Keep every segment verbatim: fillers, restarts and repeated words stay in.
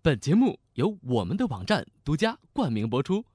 本节目由我们的网站独家冠名播出。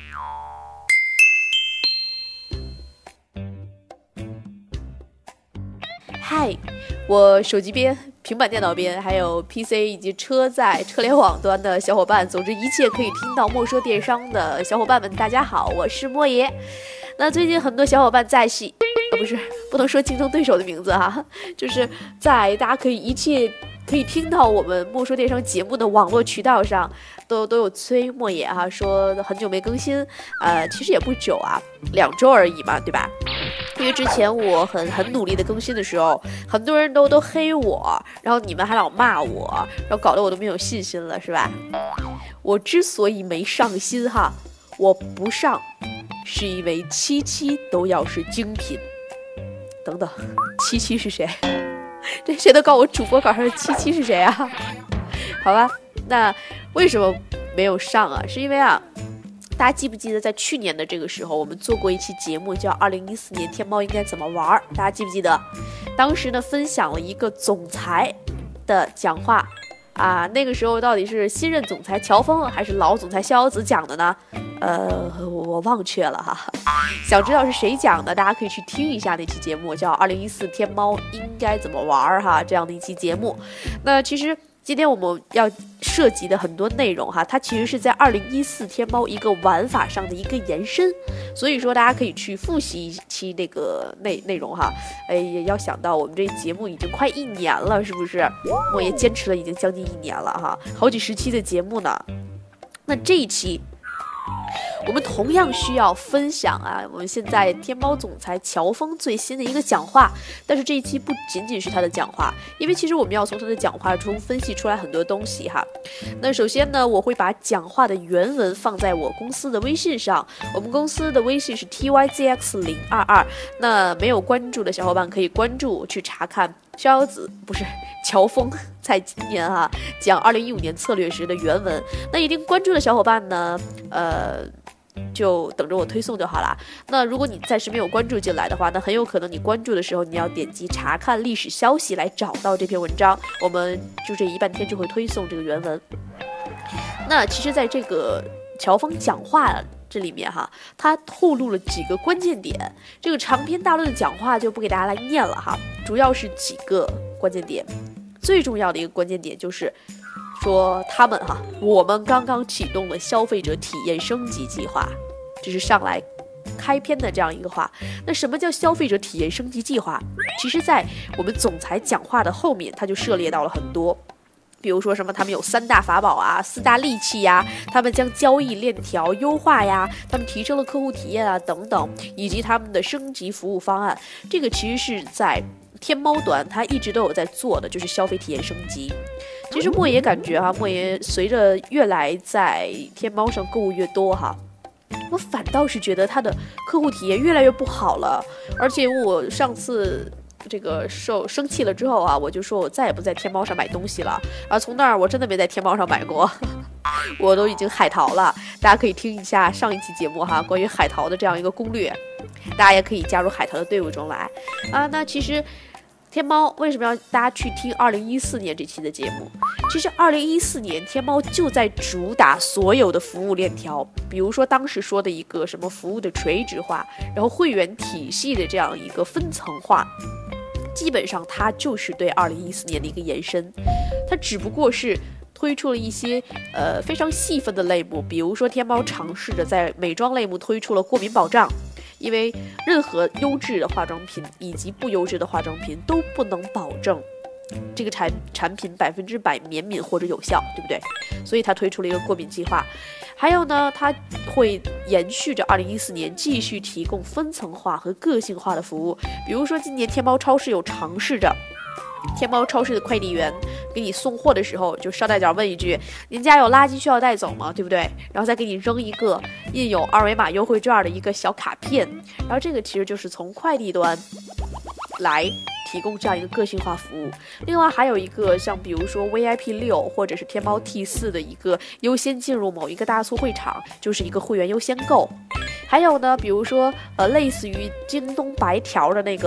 嗨，我手机边、平板电脑边，还有 P C 以及车载车联网端的小伙伴，总之一切可以听到莫说电商的小伙伴们，大家好，我是莫爷。那最近很多小伙伴在戏，呃，不是，不能说竞争对手的名字哈，就是在大家可以一切可以听到我们莫说电商节目的网络渠道上，都都有催莫爷哈，说很久没更新，呃，其实也不久啊，两周而已嘛，对吧？因为之前我很很努力的更新的时候，很多人都都黑我，然后你们还老骂我，然后搞得我都没有信心了，是吧？我之所以没上心哈，我不上，是因为七七都要是精品。等等，七七是谁？这谁都告我主播稿上的七七是谁啊？好吧，那为什么没有上啊？是因为啊。大家记不记得在去年的这个时候，我们做过一期节目叫二零一四年天猫应该怎么玩，大家记不记得？当时呢分享了一个总裁的讲话啊，那个时候到底是新任总裁乔峰还是老总裁逍遥子讲的呢？呃，我忘却了哈。想知道是谁讲的，大家可以去听一下那期节目，叫二零一四天猫应该怎么玩哈，这样的一期节目。那其实今天我们要涉及的很多内容哈，它其实是在二零一四天猫一个玩法上的一个延伸，所以说大家可以去复习一期那个内内容哈。哎，也要想到我们这节目已经快一年了，是不是？我也坚持了已经将近一年了哈，好几十期的节目呢。那这一期我们同样需要分享啊，我们现在天猫总裁乔峰最新的一个讲话，但是这一期不仅仅是他的讲话，因为其实我们要从他的讲话中分析出来很多东西哈。那首先呢，我会把讲话的原文放在我公司的微信上，我们公司的微信是 T Y Z X 零二二，那没有关注的小伙伴可以关注去查看逍遥子不是乔峰在今年哈、啊、讲二零一五年策略时的原文，那一定关注的小伙伴呢，呃。就等着我推送就好了。那如果你暂时没有关注进来的话，那很有可能你关注的时候，你要点击查看历史消息来找到这篇文章。我们就这一半天就会推送这个原文。那其实，在这个乔峰讲话这里面哈，他透露了几个关键点。这个长篇大论的讲话就不给大家来念了哈，主要是几个关键点。最重要的一个关键点就是说他们哈，我们刚刚启动了消费者体验升级计划，这是上来开篇的这样一个话。那什么叫消费者体验升级计划？其实在我们总裁讲话的后面，他就涉猎到了很多，比如说什么他们有三大法宝啊，四大利器呀，他们将交易链条优化呀，他们提升了客户体验啊等等，以及他们的升级服务方案。这个其实是在天猫端他一直都有在做的，就是消费体验升级。其实莫爷感觉哈，莫爷随着越来在天猫上购物越多哈，我反倒是觉得他的客户体验越来越不好了。而且我上次这个受生气了之后啊，我就说我再也不在天猫上买东西了。而从那儿我真的没在天猫上买过，我都已经海淘了。大家可以听一下上一期节目哈，关于海淘的这样一个攻略，大家也可以加入海淘的队伍中来啊。那其实天猫为什么要大家去听二零一四年这期的节目？其实二零一四年天猫就在主打所有的服务链条，比如说当时说的一个什么服务的垂直化，然后会员体系的这样一个分层化，基本上它就是对二零一四年的一个延伸，它只不过是推出了一些呃非常细分的类目，比如说天猫尝试着在美妆类目推出了过敏保障。因为任何优质的化妆品以及不优质的化妆品都不能保证这个产产品百分之百绵密或者有效，对不对？所以它推出了一个过敏计划。还有呢，它会延续着二零一四年继续提供分层化和个性化的服务。比如说今年天猫超市有尝试着天猫超市的快递员给你送货的时候，就捎带脚问一句：“您家有垃圾需要带走吗？”对不对？然后再给你扔一个印有二维码优惠券的一个小卡片。然后这个其实就是从快递端来提供这样一个个性化服务。另外还有一个像比如说 V I P 六或者是天猫 T 四的一个优先进入某一个大促会场，就是一个会员优先购。还有呢，比如说呃，类似于京东白条的那个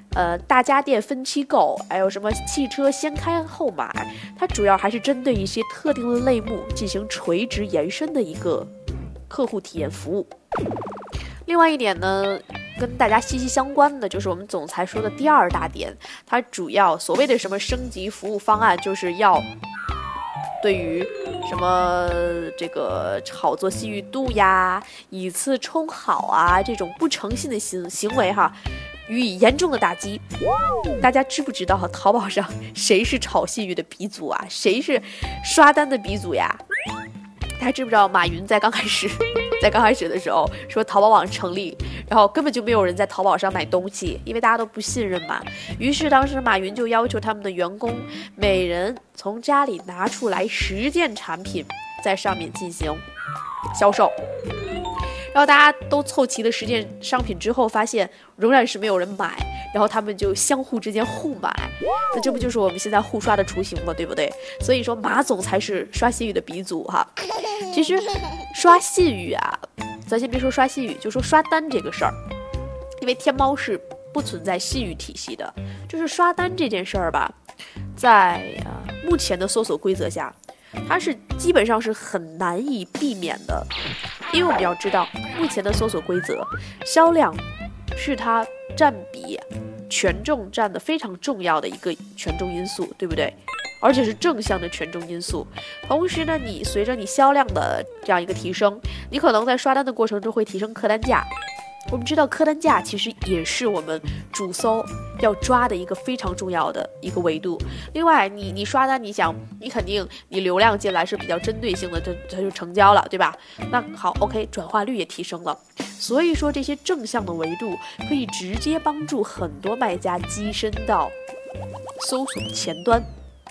呃大家电分期购，还有什么汽车先开后买，它主要还是针对一些特定的类目进行垂直延伸的一个客户体验服务。另外一点呢，跟大家息息相关的就是我们总裁说的第二大点，它主要所谓的什么升级服务方案，就是要对于什么这个炒作信誉度呀、以次充好啊这种不诚信的行行为哈，予以严重的打击。大家知不知道淘宝上谁是炒信誉的鼻祖啊？谁是刷单的鼻祖呀？大家知不知道马云在刚开始在刚开始的时候说淘宝网成立，然后根本就没有人在淘宝上买东西，因为大家都不信任嘛。于是当时马云就要求他们的员工每人从家里拿出来十件产品在上面进行销售，然后大家都凑齐了十件商品之后，发现仍然是没有人买，然后他们就相互之间互买，那这不就是我们现在互刷的雏形了，对不对？所以说马总才是刷信誉的鼻祖哈。其实刷信誉啊，咱先别说刷信誉，就说刷单这个事儿，因为天猫是不存在信誉体系的，就是刷单这件事儿吧，在、呃、目前的搜索规则下，它是基本上是很难以避免的。因为我们要知道，目前的搜索规则，销量是它占比权重占的非常重要的一个权重因素，对不对？而且是正向的权重因素。同时呢，你随着你销量的这样一个提升，你可能在刷单的过程中会提升客单价。我们知道客单价其实也是我们主搜要抓的一个非常重要的一个维度。另外，你你刷单，你想你肯定你流量进来是比较针对性的，它它就成交了，对吧？那好 ，OK， 转化率也提升了。所以说这些正向的维度可以直接帮助很多卖家跻身到搜索的前端。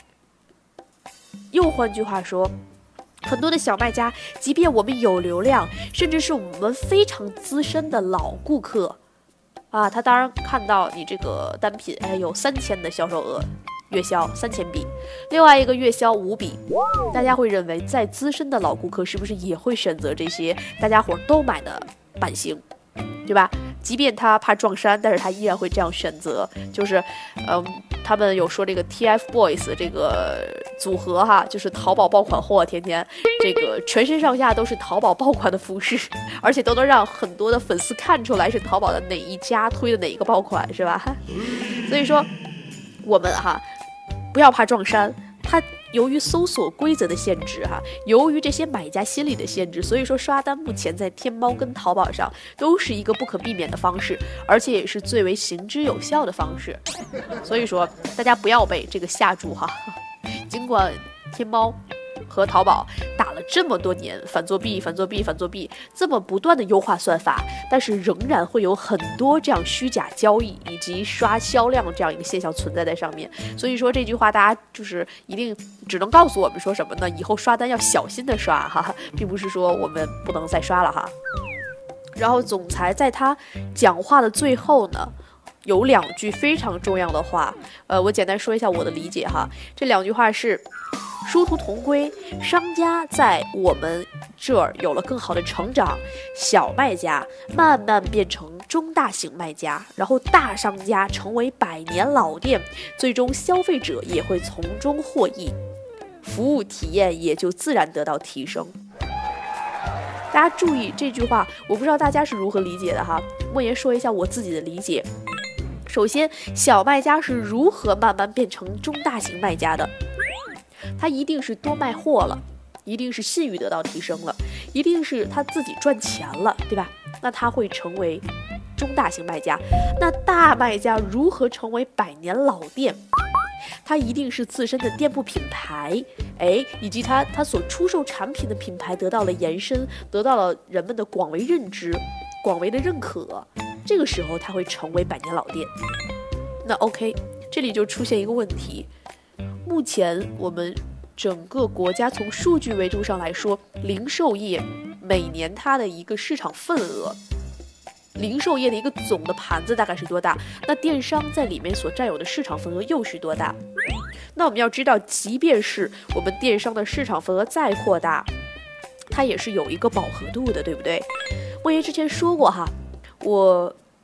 又换句话说，很多的小卖家，即便我们有流量，甚至是我们非常资深的老顾客啊，他当然看到你这个单品，哎，有三千的销售额，月销三千笔，另外一个月销五笔，大家会认为再资深的老顾客是不是也会选择这些大家伙都买的版型，对吧？即便他怕撞衫，但是他依然会这样选择。就是，嗯，他们有说这个 T F Boys 这个组合哈，就是淘宝爆款货，天天这个全身上下都是淘宝爆款的服饰，而且都能让很多的粉丝看出来是淘宝的哪一家推的哪一个爆款，是吧？所以说，我们哈不要怕撞衫，它由于搜索规则的限制哈，由于这些买家心理的限制，所以说刷单目前在天猫跟淘宝上都是一个不可避免的方式，而且也是最为行之有效的方式。所以说大家不要被这个吓住哈。尽管天猫和淘宝打了这么多年反作弊反作弊反作弊这么不断的优化算法，但是仍然会有很多这样虚假交易以及刷销量这样一个现象存在在上面。所以说这句话大家就是一定只能告诉我们说什么呢？以后刷单要小心的刷哈，并不是说我们不能再刷了哈。然后总裁在他讲话的最后呢，有两句非常重要的话，呃，我简单说一下我的理解哈。这两句话是：殊途同归，商家在我们这儿有了更好的成长，小卖家慢慢变成中大型卖家，然后大商家成为百年老店，最终消费者也会从中获益，服务体验也就自然得到提升。大家注意这句话，我不知道大家是如何理解的哈。莫言说一下我自己的理解。首先，小卖家是如何慢慢变成中大型卖家的？他一定是多卖货了，一定是信誉得到提升了，一定是他自己赚钱了，对吧？那他会成为中大型卖家。那大卖家如何成为百年老店？他一定是自身的店铺品牌，哎，以及他他所出售产品的品牌得到了延伸，得到了人们的广为认知、广为的认可。这个时候他会成为百年老店。那 OK， 这里就出现一个问题。目前我们整个国家从数据维度上来说，零售业每年它的一个市场份额，零售业的一个总的盘子大概是多大？那电商在里面所占有的市场份额又是多大？那我们要知道，即便是我们电商的市场份额再扩大，它也是有一个饱和度的，对不对？莫言之前说过哈，我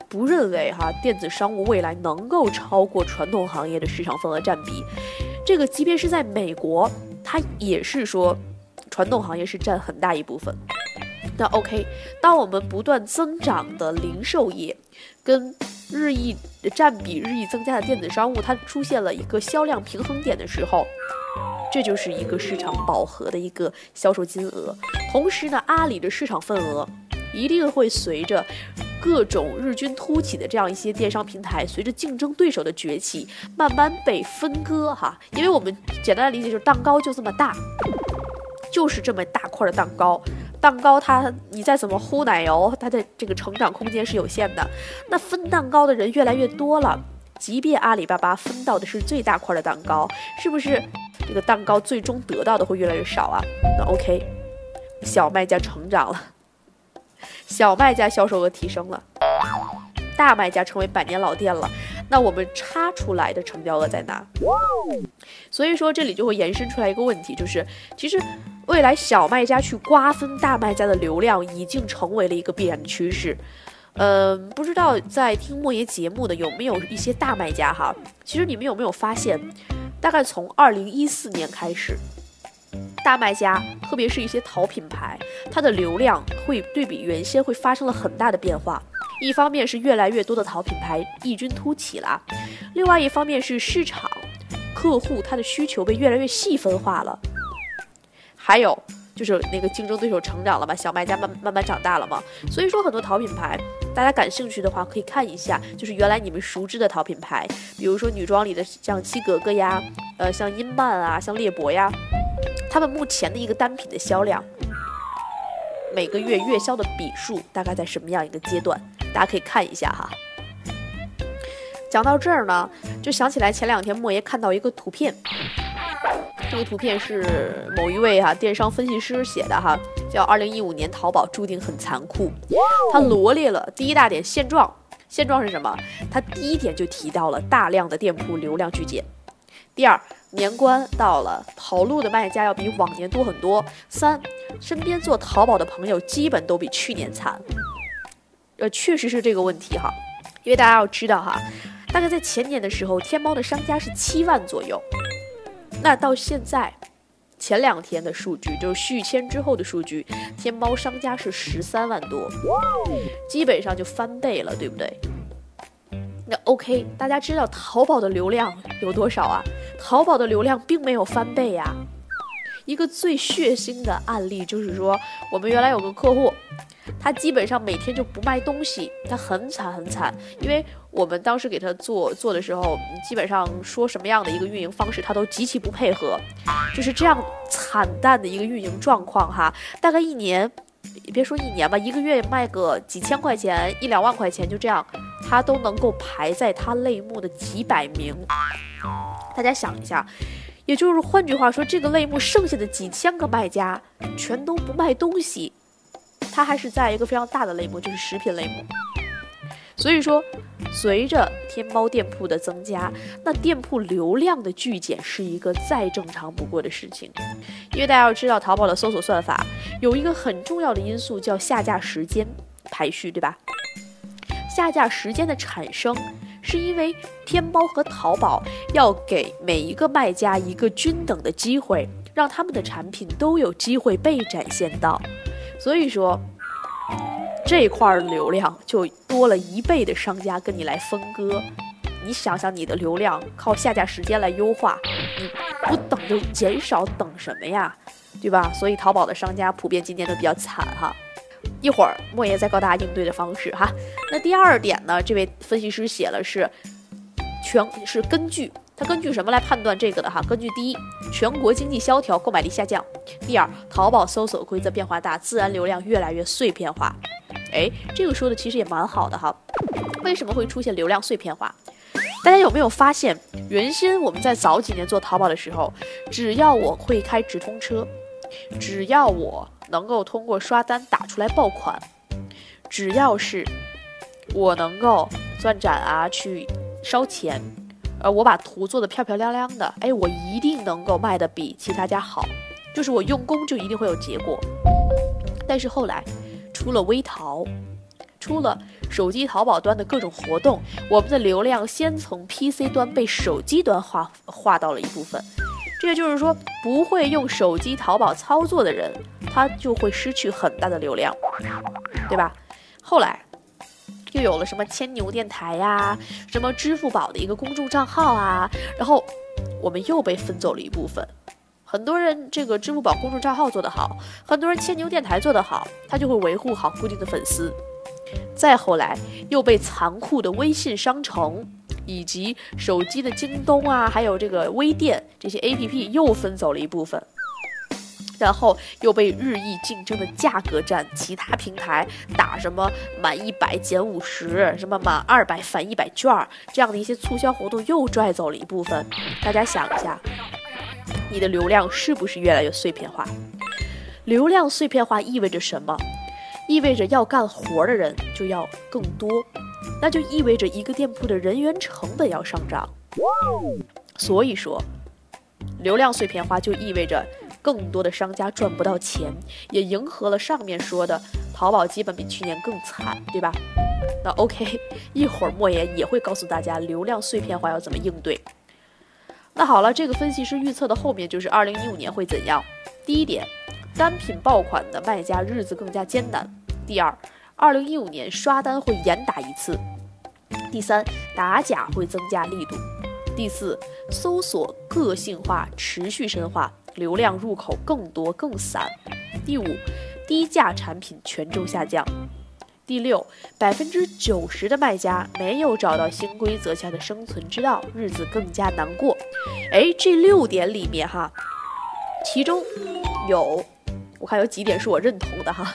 不认为哈电子商务未来能够超过传统行业的市场份额占比。这个即便是在美国，它也是说传统行业是占很大一部分。那 OK， 当我们不断增长的零售业跟日益占比日益增加的电子商务，它出现了一个销量平衡点的时候，这就是一个市场饱和的一个销售金额。同时呢，阿里的市场份额一定会随着各种日均突起的这样一些电商平台，随着竞争对手的崛起，慢慢被分割哈。因为我们简单的理解就是蛋糕就这么大，就是这么大块的蛋糕。蛋糕它你再怎么糊奶油，它的这个成长空间是有限的。那分蛋糕的人越来越多了，即便阿里巴巴分到的是最大块的蛋糕，是不是这个蛋糕最终得到的会越来越少啊？那 OK， 小卖家成长了，小卖家销售额提升了，大卖家成为百年老店了，那我们差出来的成交额在哪？所以说这里就会延伸出来一个问题，就是其实未来小卖家去瓜分大卖家的流量已经成为了一个必然的趋势。嗯、呃，不知道在听莫爷节目的有没有一些大卖家哈？其实你们有没有发现，大概从二零一四年开始，大卖家特别是一些淘品牌，它的流量会对比原先会发生了很大的变化。一方面是越来越多的淘品牌异军突起了，另外一方面是市场客户他的需求被越来越细分化了，还有就是那个竞争对手成长了嘛，小卖家慢慢慢长大了嘛，所以说很多淘品牌大家感兴趣的话可以看一下，就是原来你们熟知的淘品牌，比如说女装里的像七格格呀，呃像茵曼啊，像猎博呀，他们目前的一个单品的销量，每个月月销的笔数大概在什么样一个阶段，大家可以看一下哈。讲到这儿呢，就想起来前两天莫爷看到一个图片，这个图片是某一位哈、啊、电商分析师写的哈，叫二零一五年淘宝注定很残酷。他罗列了第一大点现状，现状是什么？他第一点就提到了大量的店铺流量巨减。第二，年关到了，跑路的卖家要比往年多很多。三，身边做淘宝的朋友基本都比去年惨。呃，确实是这个问题哈，因为大家要知道哈，大概在前年的时候，天猫的商家是七万左右，那到现在，前两天的数据就是续签之后的数据，天猫商家是十三万多，基本上就翻倍了，对不对？那 OK， 大家知道淘宝的流量有多少啊？淘宝的流量并没有翻倍呀。一个最血腥的案例就是说，我们原来有个客户，他基本上每天就不卖东西，他很惨很惨，因为我们当时给他做做的时候，基本上说什么样的一个运营方式，他都极其不配合，就是这样惨淡的一个运营状况哈。大概一年，别说一年吧，一个月卖个几千块钱，一两万块钱，就这样，他都能够排在他类目的几百名。大家想一下。也就是换句话说，这个类目剩下的几千个卖家全都不卖东西，它还是在一个非常大的类目，就是食品类目。所以说，随着天猫店铺的增加，那店铺流量的巨减是一个再正常不过的事情。因为大家要知道，淘宝的搜索算法有一个很重要的因素叫下架时间排序，对吧？下架时间的产生是因为天猫和淘宝要给每一个卖家一个均等的机会，让他们的产品都有机会被展现到。所以说，这一块流量就多了一倍的商家跟你来分割。你想想，你的流量靠下架时间来优化，你不等着减少，等什么呀？对吧？所以淘宝的商家普遍今年都比较惨哈。一会儿莫爷再告大家应对的方式哈。那第二点呢，这位分析师写了是全是根据他根据什么来判断这个的哈？根据第一，全国经济萧条，购买力下降；第二，淘宝搜索规则变化大，自然流量越来越碎片化。哎，这个说的其实也蛮好的哈。为什么会出现流量碎片化？大家有没有发现，原先我们在早几年做淘宝的时候，只要我会开直通车，只要我能够通过刷单打出来爆款，只要是我能够钻展啊去烧钱，呃，我把图做得漂漂亮亮的，哎，我一定能够卖得比其他家好，就是我用功就一定会有结果。但是后来出了微淘，出了手机淘宝端的各种活动，我们的流量先从 P C 端被手机端划划到了一部分。这也就是说，不会用手机淘宝操作的人，他就会失去很大的流量，对吧？后来又有了什么千牛电台呀，什么支付宝的一个公众账号啊，然后我们又被分走了一部分。很多人这个支付宝公众账号做得好，很多人千牛电台做得好，他就会维护好固定的粉丝。再后来又被残酷的微信商城以及手机的京东啊，还有这个微店这些 A P P 又分走了一部分，然后又被日益竞争的价格战其他平台打什么满一百减五十，什么满二百返一百券这样的一些促销活动又拽走了一部分。大家想一下，你的流量是不是越来越碎片化？流量碎片化意味着什么？意味着要干活的人就要更多，那就意味着一个店铺的人员成本要上涨。所以说，流量碎片化就意味着更多的商家赚不到钱，也迎合了上面说的淘宝基本比去年更惨，对吧？那 OK， 一会儿莫言也会告诉大家流量碎片化要怎么应对。那好了，这个分析师预测的后面就是二零一五年会怎样。第一点，单品爆款的卖家日子更加艰难。第二，二零一五年刷单会严打一次。第三，打假会增加力度。第四，搜索个性化持续深化，流量入口更多更散。第五，低价产品权重下降。第六，百分之九十的卖家没有找到新规则下的生存之道，日子更加难过。哎，这六点里面哈，其中有我看有几点是我认同的哈，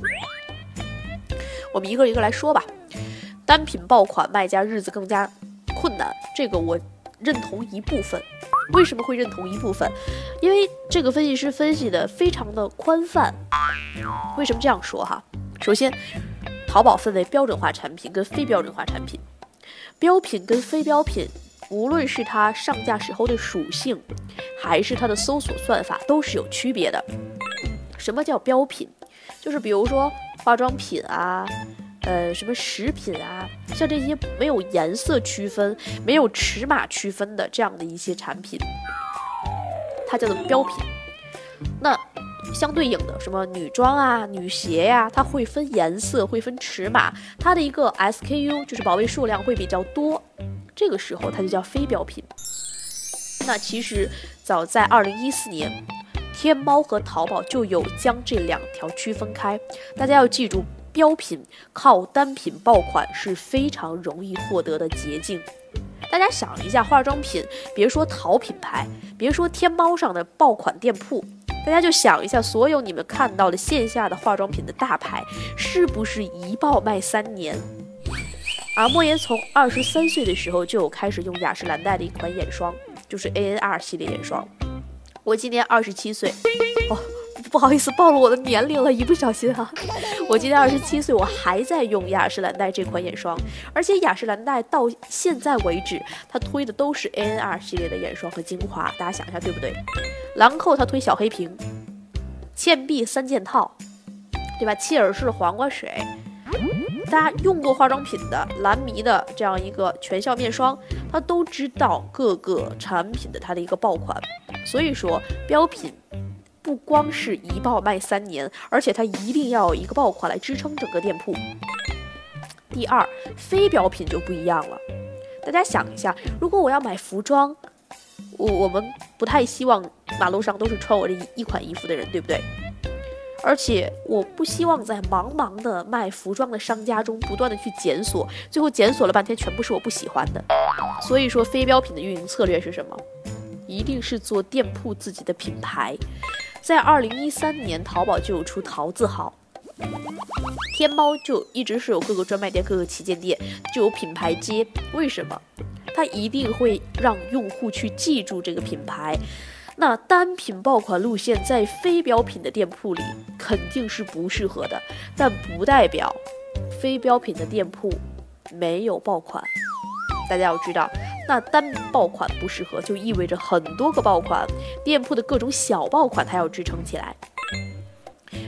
我们一个一个来说吧。单品爆款卖家日子更加困难，这个我认同一部分。为什么会认同一部分？因为这个分析师分析的非常的宽泛。为什么这样说哈？首先，淘宝分为标准化产品跟非标准化产品，标品跟非标品，无论是它上架时候的属性，还是它的搜索算法，都是有区别的。什么叫标品？就是比如说化妆品啊，呃，什么食品啊，像这些没有颜色区分、没有尺码区分的这样的一些产品，它叫做标品。那相对应的什么女装啊、女鞋呀、啊，它会分颜色，会分尺码，它的一个 S K U 就是宝贝数量会比较多，这个时候它就叫非标品。那其实早在二零一四年，天猫和淘宝就有将这两条区分开。大家要记住，标品靠单品爆款是非常容易获得的捷径。大家想一下，化妆品，别说淘品牌，别说天猫上的爆款店铺，大家就想一下，所有你们看到的线下的化妆品的大牌，是不是一爆卖三年？而莫言从二十三岁的时候就有开始用雅诗兰黛的一款眼霜，就是 A N R 系列眼霜。我今年二十七岁，哦，不好意思暴露我的年龄了，一不小心哈、啊。我今年二十七岁，我还在用雅诗兰黛这款眼霜，而且雅诗兰黛到现在为止，它推的都是 A N R 系列的眼霜和精华，大家想一下对不对？兰蔻它推小黑瓶，倩碧三件套，对吧？切尔氏黄瓜水。大家用过化妆品的蓝迷的这样一个全效面霜，它都知道各个产品的它的一个爆款。所以说标品不光是一爆卖三年，而且它一定要有一个爆款来支撑整个店铺。第二，非标品就不一样了。大家想一下，如果我要买服装，我我们不太希望马路上都是穿我这一一款衣服的人，对不对？而且我不希望在茫茫的卖服装的商家中不断的去检索，最后检索了半天全部是我不喜欢的。所以说非标品的运营策略是什么？一定是做店铺自己的品牌。在二零一三年，淘宝就有出淘字号，天猫就一直是有各个专卖店、各个旗舰店，就有品牌街。为什么？它一定会让用户去记住这个品牌。那单品爆款路线在非标品的店铺里肯定是不适合的，但不代表非标品的店铺没有爆款。大家要知道，那单爆款不适合，就意味着很多个爆款，店铺的各种小爆款它要支撑起来。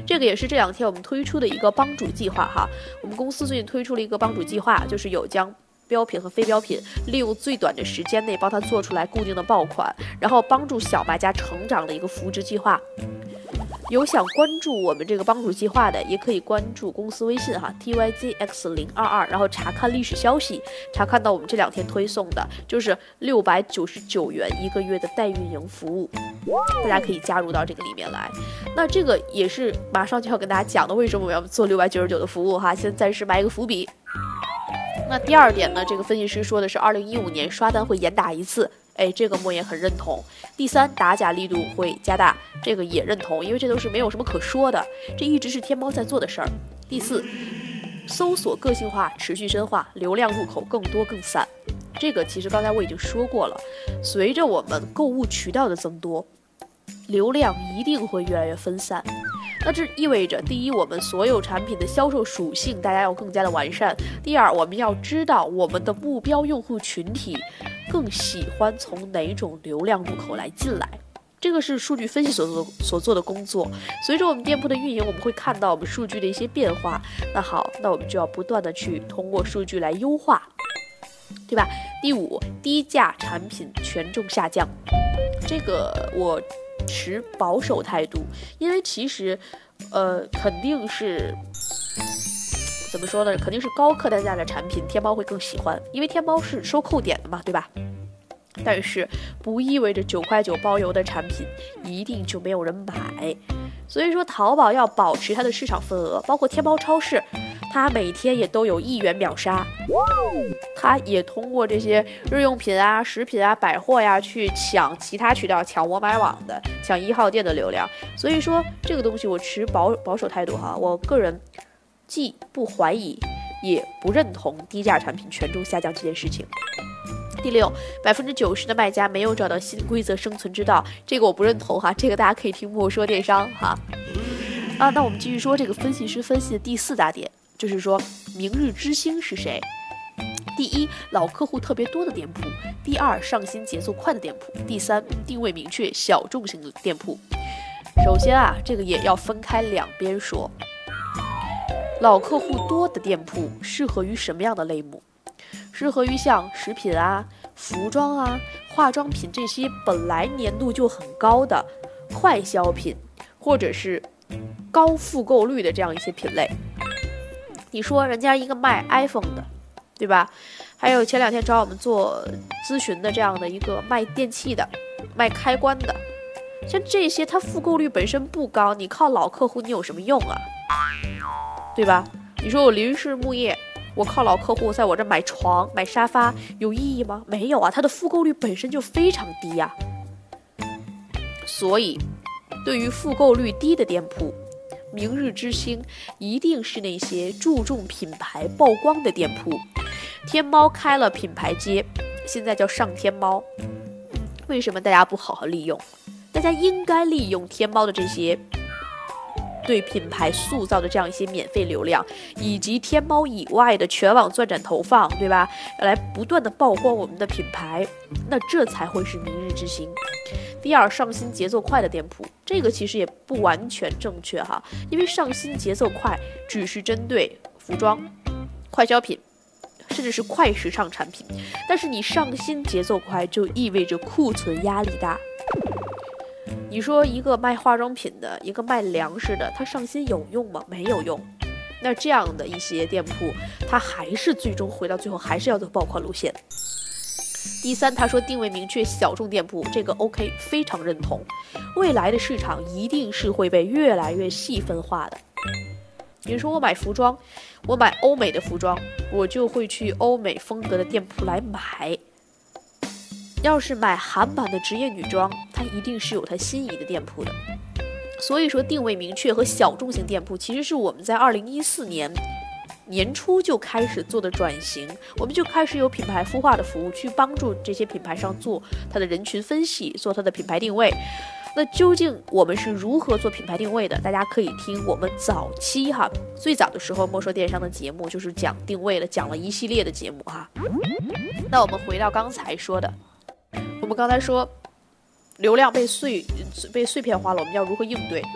这个也是这两天我们推出的一个帮主计划哈。我们公司最近推出了一个帮主计划，就是有将标品和非标品利用最短的时间内帮它做出来固定的爆款，然后帮助小卖家成长的一个扶植计划。有想关注我们这个帮主计划的，也可以关注公司微信哈 T Y Z X 零二二，然后查看历史消息，查看到我们这两天推送的就是六百九十九元一个月的代运营服务，大家可以加入到这个里面来。那这个也是马上就要跟大家讲的，为什么我要做六百九十九的服务哈，先暂时埋一个伏笔。那第二点呢，这个分析师说的是二零一五年刷单会严打一次，哎，这个莫言很认同。第三，打假力度会加大，这个也认同，因为这都是没有什么可说的，这一直是天猫在做的事儿。第四，搜索个性化持续深化，流量入口更多更散，这个其实刚才我已经说过了，随着我们购物渠道的增多，流量一定会越来越分散。那这意味着，第一，我们所有产品的销售属性大家要更加的完善；第二，我们要知道我们的目标用户群体更喜欢从哪种流量入口来进来，这个是数据分析所做所做的工作。随着我们店铺的运营，我们会看到我们数据的一些变化。那好，那我们就要不断的去通过数据来优化，对吧？第五，低价产品权重下降，这个我持保守态度，因为其实，呃，肯定是怎么说呢？肯定是高客单价的产品，天猫会更喜欢，因为天猫是收扣点的嘛，对吧？但是不意味着九块九包邮的产品一定就没有人买，所以说淘宝要保持它的市场份额，包括天猫超市，它每天也都有一元秒杀，它也通过这些日用品啊、食品啊、百货呀去抢其他渠道，抢我买网的，抢一号店的流量。所以说这个东西我持保保守态度哈，我个人既不怀疑，也不认同低价产品权重下降这件事情。第六，百分之九十的卖家没有找到新规则生存之道，这个我不认同哈，这个大家可以听莫说电商哈。啊，那我们继续说这个分析师分析的第四大点，就是说明日之星是谁？第一，老客户特别多的店铺；第二，上新节奏快的店铺；第三，定位明确小众型的店铺。首先啊，这个也要分开两边说。老客户多的店铺适合于什么样的类目？适合于像食品啊、服装啊、化妆品这些本来粘度就很高的快消品，或者是高复购率的这样一些品类。你说人家一个卖 iPhone 的，对吧？还有前两天找我们做咨询的这样的一个卖电器的、卖开关的，像这些它复购率本身不高，你靠老客户你有什么用啊？对吧？你说我林氏木业，我靠老客户在我这买床买沙发有意义吗？没有啊，它的复购率本身就非常低呀、啊。所以对于复购率低的店铺，明日之星一定是那些注重品牌曝光的店铺。天猫开了品牌街，现在叫上天猫，为什么大家不好好利用？大家应该利用天猫的这些对品牌塑造的这样一些免费流量，以及天猫以外的全网钻展投放，对吧？来不断的曝光我们的品牌，那这才会是明日之星。第二，上新节奏快的店铺，这个其实也不完全正确哈，因为上新节奏快只是针对服装、快消品，甚至是快时尚产品，但是你上新节奏快就意味着库存压力大。你说一个卖化妆品的，一个卖粮食的，它上新有用吗？没有用。那这样的一些店铺，它还是最终回到最后还是要走爆款路线。第三，他说定位明确小众店铺，这个 OK， 非常认同。未来的市场一定是会被越来越细分化的。比如说我买服装，我买欧美的服装，我就会去欧美风格的店铺来买。要是买韩版的职业女装，它一定是有它心仪的店铺的。所以说定位明确和小众型店铺其实是我们在二零一四年年初就开始做的转型，我们就开始有品牌孵化的服务，去帮助这些品牌商做它的人群分析，做它的品牌定位。那究竟我们是如何做品牌定位的？大家可以听我们早期哈，最早的时候莫说电商的节目就是讲定位的，讲了一系列的节目哈。那我们回到刚才说的，我们刚才说流量被碎被碎片化了，我们要如何应对？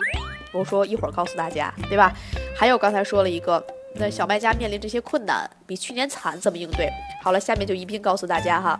我说一会儿告诉大家，对吧？还有刚才说了一个，那小卖家面临这些困难，比去年惨，怎么应对？好了，下面就一并告诉大家哈。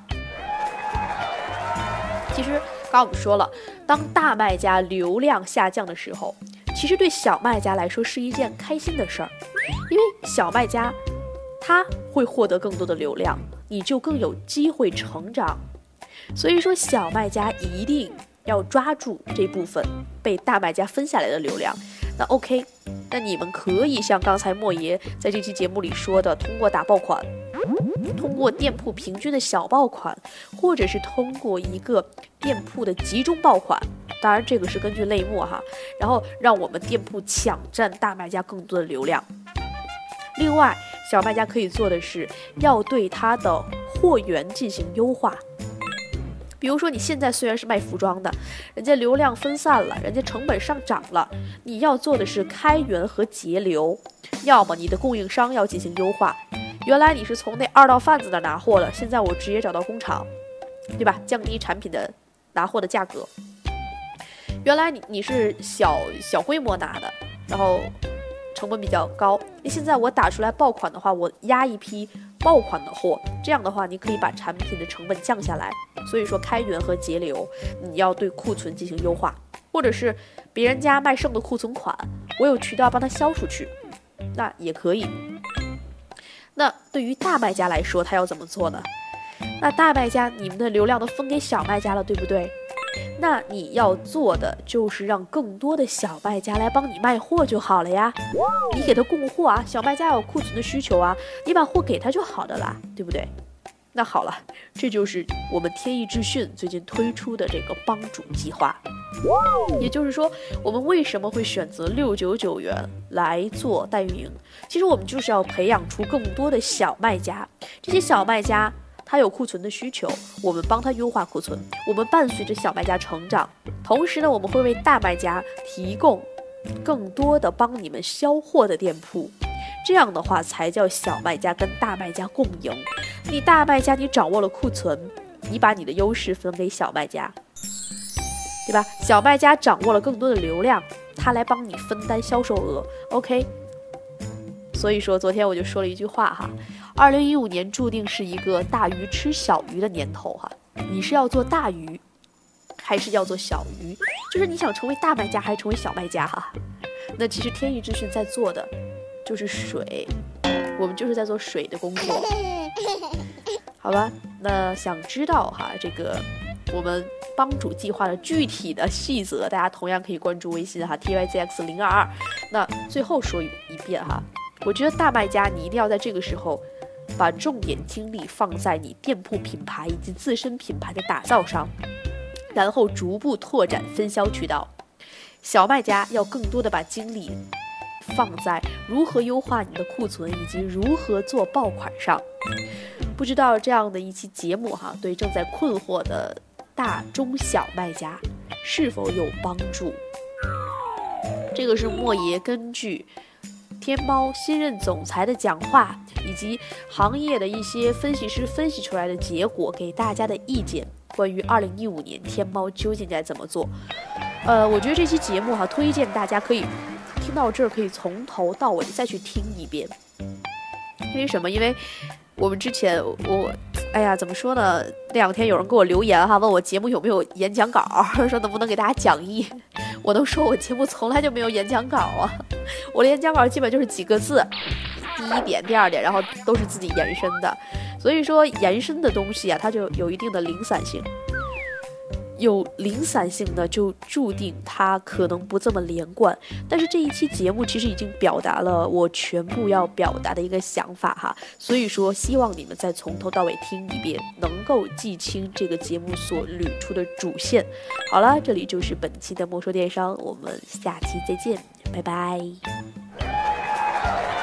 其实刚刚我们说了，当大卖家流量下降的时候，其实对小卖家来说是一件开心的事儿，因为小卖家他会获得更多的流量，你就更有机会成长。所以说，小卖家一定要抓住这部分被大卖家分下来的流量。那 OK， 那你们可以像刚才莫爷在这期节目里说的，通过打爆款，通过店铺平均的小爆款，或者是通过一个店铺的集中爆款，当然这个是根据类目哈，然后让我们店铺抢占大卖家更多的流量。另外，小卖家可以做的是要对它的货源进行优化。比如说你现在虽然是卖服装的，人家流量分散了，人家成本上涨了，你要做的是开源和节流，要么你的供应商要进行优化。原来你是从那二道贩子那拿货的，现在我直接找到工厂，对吧？降低产品的拿货的价格。原来你你是小小规模拿的，然后成本比较高，现在我打出来爆款的话，我压一批爆款的货，这样的话你可以把产品的成本降下来。所以说开源和节流，你要对库存进行优化，或者是别人家卖剩的库存款，我有渠道帮他销出去，那也可以。那对于大卖家来说，他要怎么做呢？那大卖家你们的流量都分给小卖家了，对不对？那你要做的就是让更多的小卖家来帮你卖货就好了呀，你给他供货啊，小卖家有库存的需求啊，你把货给他就好的啦，对不对？那好了，这就是我们天翼智讯最近推出的这个帮主计划。也就是说，我们为什么会选择六百九十九元来做代运营？其实我们就是要培养出更多的小卖家，这些小卖家他有库存的需求，我们帮他优化库存，我们伴随着小卖家成长，同时呢，我们会为大卖家提供更多的帮你们销货的店铺。这样的话才叫小卖家跟大卖家共赢。你大卖家你掌握了库存，你把你的优势分给小卖家，对吧？小卖家掌握了更多的流量，他来帮你分担销售额 OK。 所以说昨天我就说了一句话哈，二零一五年注定是一个大鱼吃小鱼的年头哈。你是要做大鱼还是要做小鱼，就是你想成为大卖家还是成为小卖家哈。那其实天翼智讯在做的就是水，我们就是在做水的工作，好吧？那想知道哈这个我们帮主计划的具体的细则，大家同样可以关注微信哈 T Y Z X 零二二。那最后说一遍哈，我觉得大卖家你一定要在这个时候把重点精力放在你店铺品牌以及自身品牌的打造上，然后逐步拓展分销渠道。小卖家要更多的把精力放在如何优化你的库存以及如何做爆款上。不知道这样的一期节目哈，对正在困惑的大中小卖家是否有帮助？这个是莫爷根据天猫新任总裁的讲话以及行业的一些分析师分析出来的结果给大家的意见，关于二零一五年天猫究竟该怎么做。呃，我觉得这期节目哈，推荐大家可以听到这儿，可以从头到尾再去听一遍。因为什么？因为我们之前我，哎呀，怎么说呢？那两天有人给我留言哈，问我节目有没有演讲稿，说能不能给大家讲义。我能说我节目从来就没有演讲稿啊，我的演讲稿基本就是几个字，第一点、第二点，然后都是自己延伸的。所以说延伸的东西啊，它就有一定的零散性。有零散性的就注定它可能不这么连贯，但是这一期节目其实已经表达了我全部要表达的一个想法哈，所以说希望你们再从头到尾听一遍，能够记清这个节目所捋出的主线。好了，这里就是本期的莫说电商，我们下期再见，拜拜。